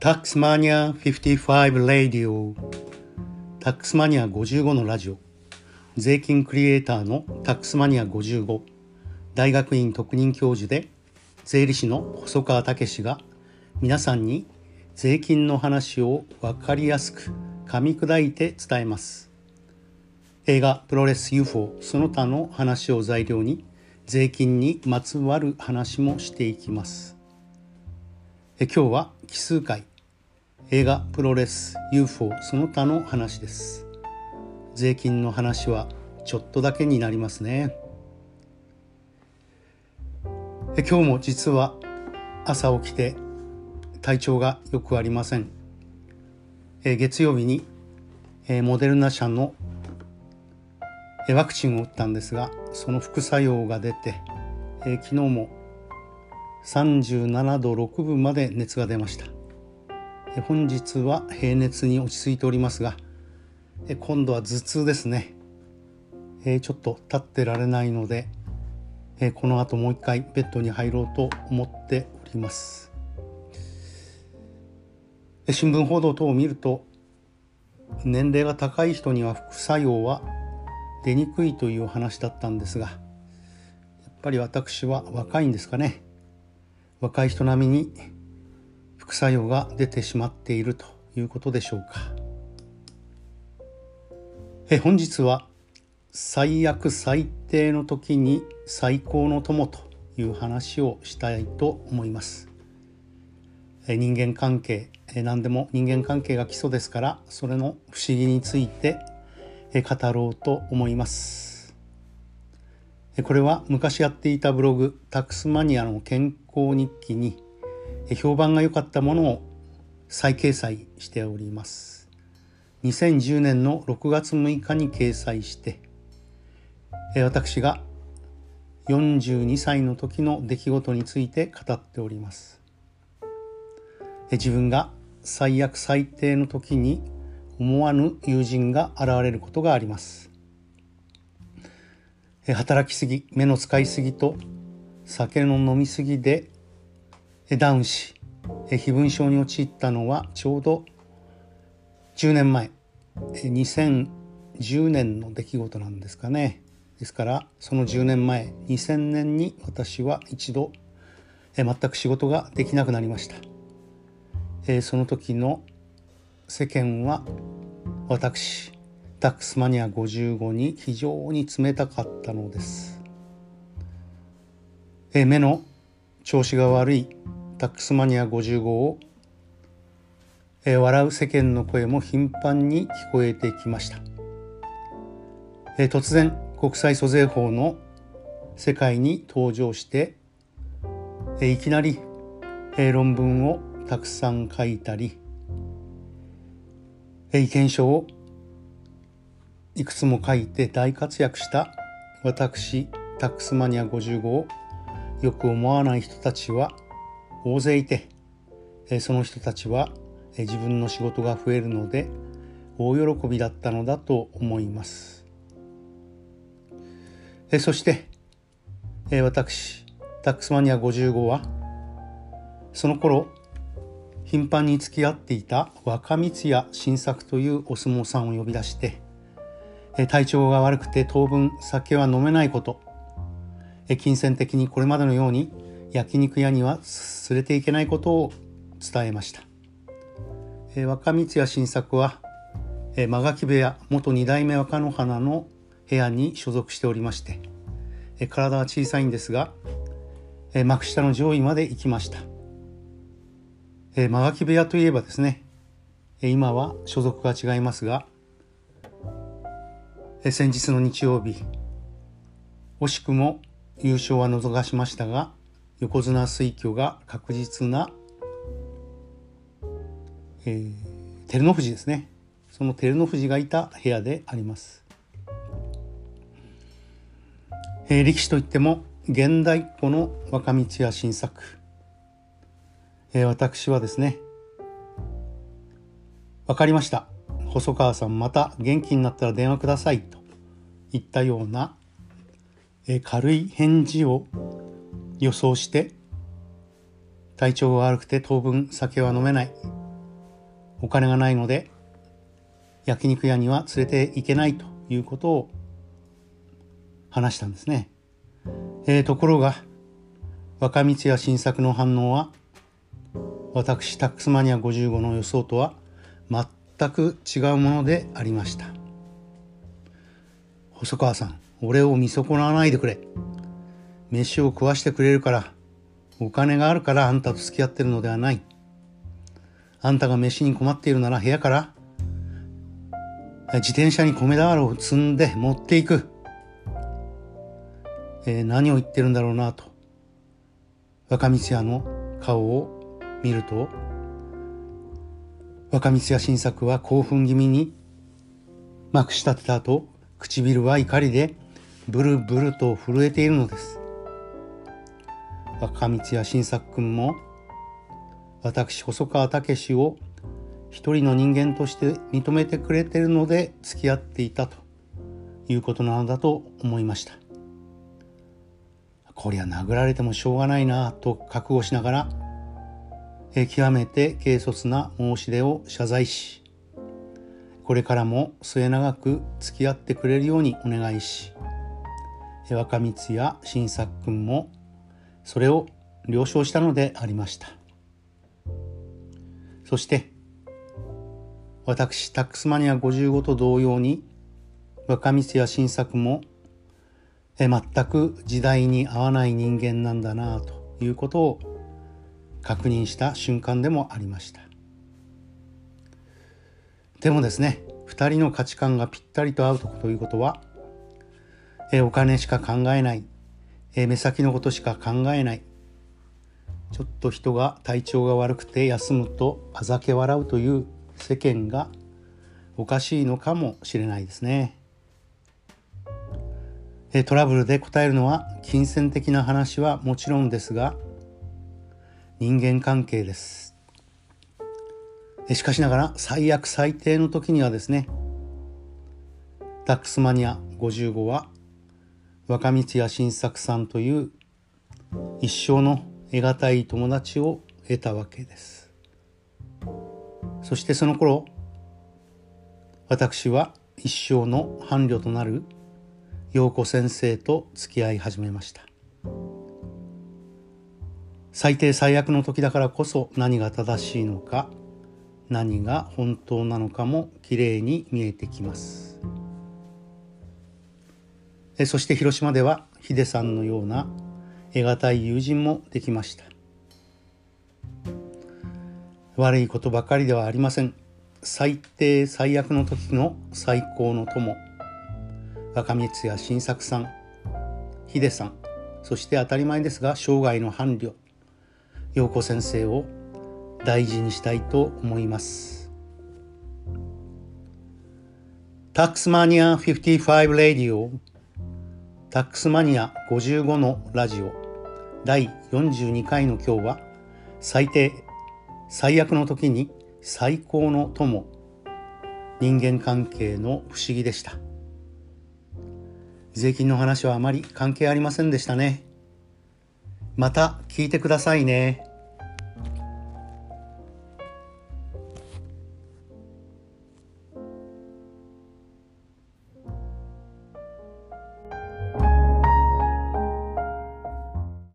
タックスマニア55ラディオ、タックスマニア55のラジオ、税金クリエイターのタックスマニア55、大学院特任教授で税理士の細川武が皆さんに税金の話を分かりやすく噛み砕いて伝えます。映画プロレス UFO その他の話を材料に税金にまつわる話もしていきます。今日は奇数回、映画プロレス UFO その他の話です。税金の話はちょっとだけになりますね。今日も実は朝起きて体調がよくありません。月曜日にモデルナ社のワクチンを打ったんですが、その副作用が出て昨日も37度6分まで熱が出ました。本日は平熱に落ち着いておりますが、今度は頭痛ですね。ちょっと立ってられないので、この後もう一回ベッドに入ろうと思っております。新聞報道等を見ると、年齢が高い人には副作用は出にくいという話だったんですが、やっぱり私は若いんですかね。若い人並みに副作用が出てしまっているということでしょうか。本日は最悪最低の時に最高の友という話をしたいと思います。人間関係、何でも人間関係が基礎ですから、それの不思議について語ろうと思います。これは昔やっていたブログタックスマニアの健康日記に評判が良かったものを再掲載しております。2010年の6月6日に掲載して、私が42歳の時の出来事について語っております。自分が最悪最低の時に思わぬ友人が現れることがあります。働きすぎ、目の使いすぎと酒の飲みすぎでダウンし、飛蚊症に陥ったのはちょうど10年前、2010年の出来事なんですかね。ですからその10年前、2000年に私は一度全く仕事ができなくなりました。その時の世間は私タックスマニア55に非常に冷たかったのです。目の調子が悪いタックスマニア55を笑う世間の声も頻繁に聞こえてきました。突然国際租税法の世界に登場していきなり論文をたくさん書いたり、意見書をいくつも書いて大活躍した私タックスマニア55をよく思わない人たちは大勢いて、その人たちは自分の仕事が増えるので大喜びだったのだと思います。そして私タックスマニア55はその頃頻繁に付き合っていた若光屋新作というお相撲さんを呼び出して、体調が悪くて当分酒は飲めないこと、金銭的にこれまでのように焼肉屋には連れていけないことを伝えました。若光屋新作は間垣部屋元二代目若乃花の部屋に所属しておりまして、体は小さいんですが幕下の上位まで行きました。間垣部屋といえばですね、今は所属が違いますが、先日の日曜日惜しくも優勝は逃しましたが、横綱推挙が確実な、照ノ富士ですね。その照ノ富士がいた部屋であります。力士といっても現代っ子の若光屋新作、私はですね、わかりました、細川さんまた元気になったら電話くださいといったような軽い返事を予想して、体調が悪くて当分酒は飲めない、 お金がないので焼肉屋には連れて行けないということを話したんですね。ところが若光屋新作の反応は私タックスマニア55の予想とは全く違うものでありました。細川さん、俺を見損なわないでくれ。飯を食わしてくれるから、お金があるからあんたと付き合ってるのではない。あんたが飯に困っているなら部屋から自転車に米俵を積んで持っていく。何を言ってるんだろうなと若光屋の顔を見ると、若光屋新作は興奮気味にまくし立てた後、唇は怒りでブルブルと震えているのです。若光屋新作くんも私細川武を一人の人間として認めてくれているので付き合っていたということなのだと思いました。こりゃ殴られてもしょうがないなと覚悟しながら、極めて軽率な申し出を謝罪し、これからも末永く付き合ってくれるようにお願いし、若光や新作くんもそれを了承したのでありました。そして私タックスマニア55と同様に若光や新作も全く時代に合わない人間なんだなということを確認した瞬間でもありました。でもですね、2人の価値観がぴったりと合うということは、お金しか考えない、目先のことしか考えない、ちょっと人が体調が悪くて休むとあざけ笑うという世間がおかしいのかもしれないですね。トラブルで答えるのは金銭的な話はもちろんですが、人間関係です。しかしながら最悪最低の時にはですね、タックスマニア55は若光や新作さんという一生の得難い友達を得たわけです。そしてその頃、私は一生の伴侶となる陽子先生と付き合い始めました。最低最悪の時だからこそ何が正しいのか、何が本当なのかもきれいに見えてきます。そして広島ではヒデさんのような得難い友人もできました。悪いことばかりではありません。最低最悪の時の最高の友、若光や新作さん、ヒデさん、そして当たり前ですが生涯の伴侶、陽子先生を大事にしたいと思います。タックスマニア55ラジオ、タックスマニア55のラジオ第42回の今日は、最低最悪の時に最高の友、人間関係の不思議でした。税金の話はあまり関係ありませんでしたね。また聞いてくださいね。